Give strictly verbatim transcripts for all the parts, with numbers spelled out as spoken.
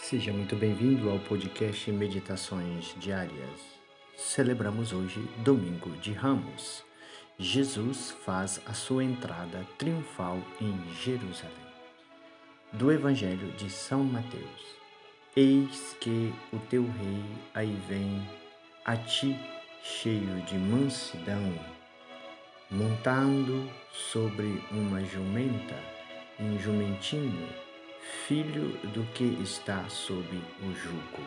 Seja muito bem-vindo ao podcast Meditações Diárias. Celebramos hoje, Domingo de Ramos. Jesus faz a sua entrada triunfal em Jerusalém. Do Evangelho de São Mateus. Eis que o teu rei aí vem a ti, cheio de mansidão, montando sobre uma jumenta, em jumentinho, filho do que está sob o jugo.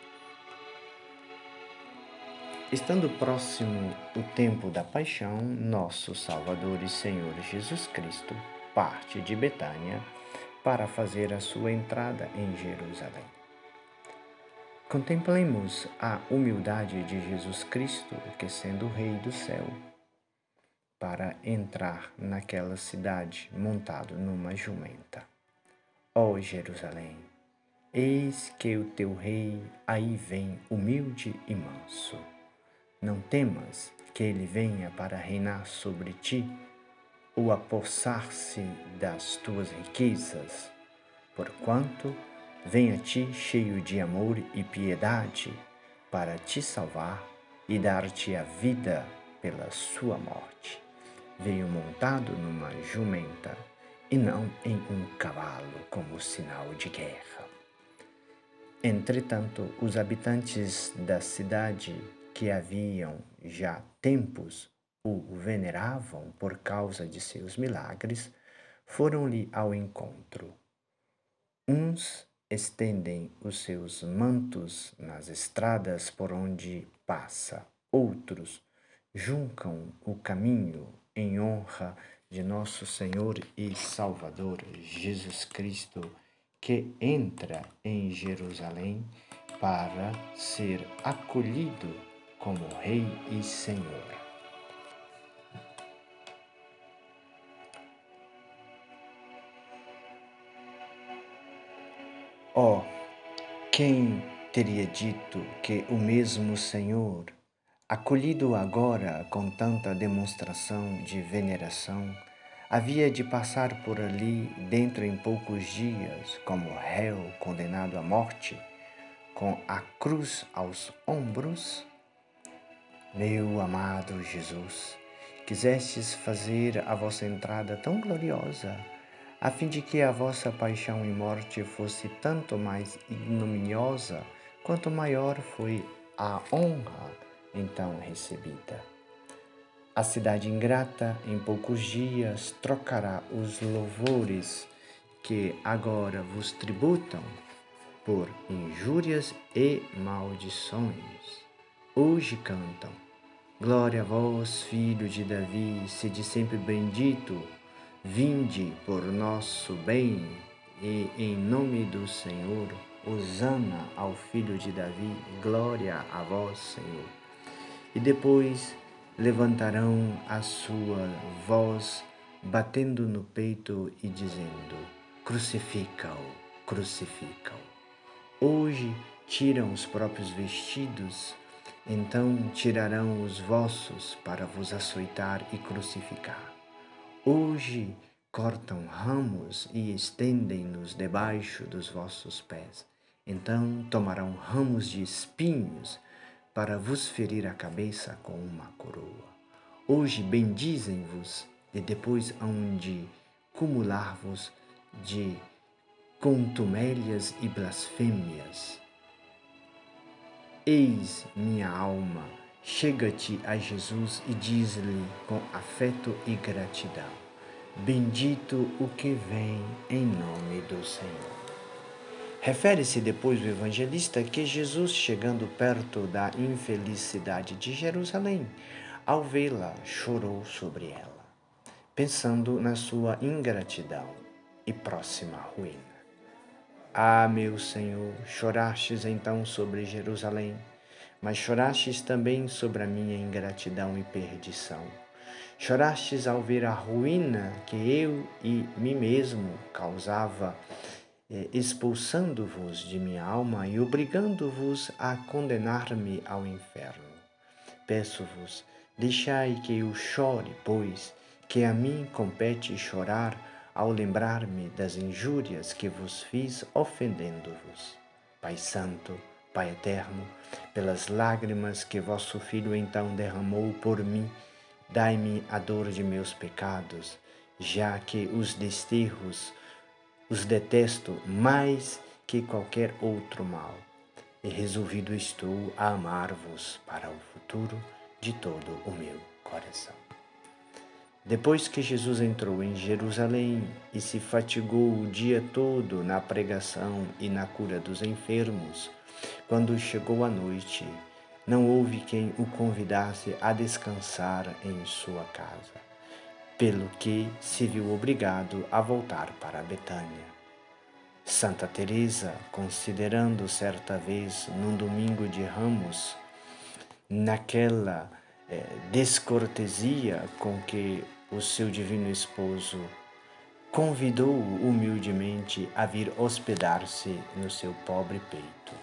Estando próximo o tempo da paixão, nosso Salvador e Senhor Jesus Cristo parte de Betânia para fazer a sua entrada em Jerusalém. Contemplemos a humildade de Jesus Cristo, que sendo o Rei do céu, para entrar naquela cidade montado numa jumenta. Ó Jerusalém, eis que o teu rei aí vem humilde e manso. Não temas que ele venha para reinar sobre ti, ou apossar-se das tuas riquezas, porquanto vem a ti cheio de amor e piedade, para te salvar e dar-te a vida pela sua morte. Veio montado numa jumenta, e não em um cavalo como sinal de guerra. Entretanto, os habitantes da cidade, que haviam já tempos o veneravam por causa de seus milagres, foram-lhe ao encontro. Uns estendem os seus mantos nas estradas por onde passa, outros juncam o caminho em honra de nosso Senhor e Salvador Jesus Cristo, que entra em Jerusalém para ser acolhido como Rei e Senhor. Oh, quem teria dito que o mesmo Senhor, acolhido agora com tanta demonstração de veneração, havia de passar por ali dentro em poucos dias como réu condenado à morte, com a cruz aos ombros? Meu amado Jesus, quisestes fazer a vossa entrada tão gloriosa, a fim de que a vossa paixão e morte fosse tanto mais ignominiosa, quanto maior foi a honra então recebida. A cidade ingrata, em poucos dias, trocará os louvores que agora vos tributam por injúrias e maldições. Hoje cantam: glória a vós, filho de Davi, sede sempre bendito, vinde por nosso bem, e em nome do Senhor, hosana ao filho de Davi, glória a vós, Senhor. E depois levantarão a sua voz, batendo no peito e dizendo: crucifica-o, crucifica-o. Hoje tiram os próprios vestidos, então tirarão os vossos para vos açoitar e crucificar. Hoje cortam ramos e estendem-nos debaixo dos vossos pés, então tomarão ramos de espinhos para vos ferir a cabeça com uma coroa. Hoje bendizem-vos e depois hão de cumular-vos de contumélias e blasfêmias. Eis minha alma, chega-te a Jesus e diz-lhe com afeto e gratidão: bendito o que vem em nome do Senhor. Refere-se depois o evangelista que Jesus, chegando perto da infelicidade de Jerusalém, ao vê-la, chorou sobre ela, pensando na sua ingratidão e próxima ruína. Ah, meu Senhor, chorastes então sobre Jerusalém, mas chorastes também sobre a minha ingratidão e perdição. Chorastes ao ver a ruína que eu e mim mesmo causava, expulsando-vos de minha alma e obrigando-vos a condenar-me ao inferno. Peço-vos, deixai que eu chore, pois que a mim compete chorar ao lembrar-me das injúrias que vos fiz ofendendo-vos. Pai Santo, Pai Eterno, pelas lágrimas que vosso Filho então derramou por mim, dai-me a dor de meus pecados, já que os desterros, os detesto mais que qualquer outro mal, e resolvido estou a amar-vos para o futuro de todo o meu coração. Depois que Jesus entrou em Jerusalém e se fatigou o dia todo na pregação e na cura dos enfermos, quando chegou a noite, não houve quem o convidasse a descansar em sua casa, pelo que se viu obrigado a voltar para Betânia. Santa Teresa, considerando certa vez, num domingo de Ramos, naquela eh, descortesia com que o seu divino esposo convidou humildemente a vir hospedar-se no seu pobre peito.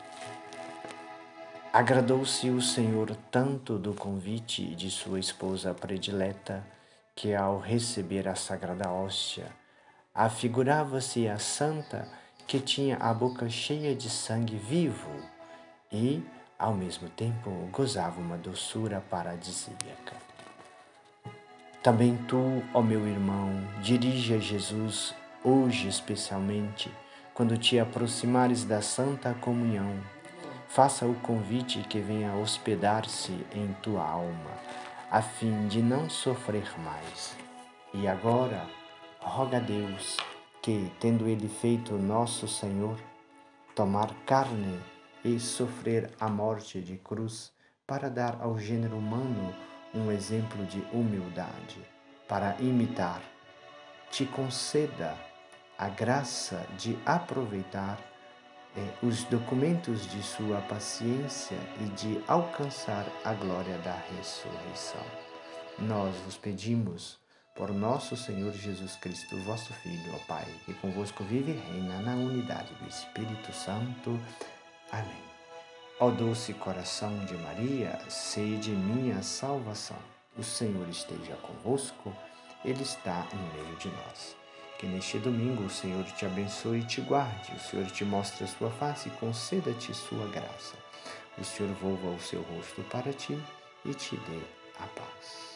Agradou-se o Senhor tanto do convite de sua esposa predileta, que ao receber a sagrada hóstia, afigurava-se a santa que tinha a boca cheia de sangue vivo e, ao mesmo tempo, gozava uma doçura paradisíaca. Também tu, ó meu irmão, dirige a Jesus, hoje especialmente, quando te aproximares da Santa Comunhão, faça o convite que venha hospedar-se em tua alma, a fim de não sofrer mais. E agora, roga a Deus que, tendo Ele feito nosso Senhor, tomar carne e sofrer a morte de cruz para dar ao gênero humano um exemplo de humildade, para imitar, te conceda a graça de aproveitar eh, os documentos de sua paciência e de alcançar a glória da ressurreição. Nós vos pedimos, por nosso Senhor Jesus Cristo, vosso Filho, ó Pai, que convosco vive e reina na unidade do Espírito Santo. Amém. Ó doce coração de Maria, sede minha salvação. O Senhor esteja convosco, Ele está no meio de nós. Que neste domingo o Senhor te abençoe e te guarde, o Senhor te mostre a sua face e conceda-te sua graça. O Senhor volva o seu rosto para ti e te dê a paz.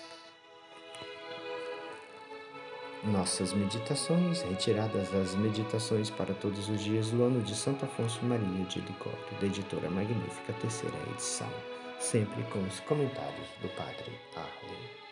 Nossas meditações, retiradas das Meditações para Todos os Dias do ano de Santo Afonso Maria de Ligório, da editora Magnífica, terceira edição, sempre com os comentários do Padre Arlen.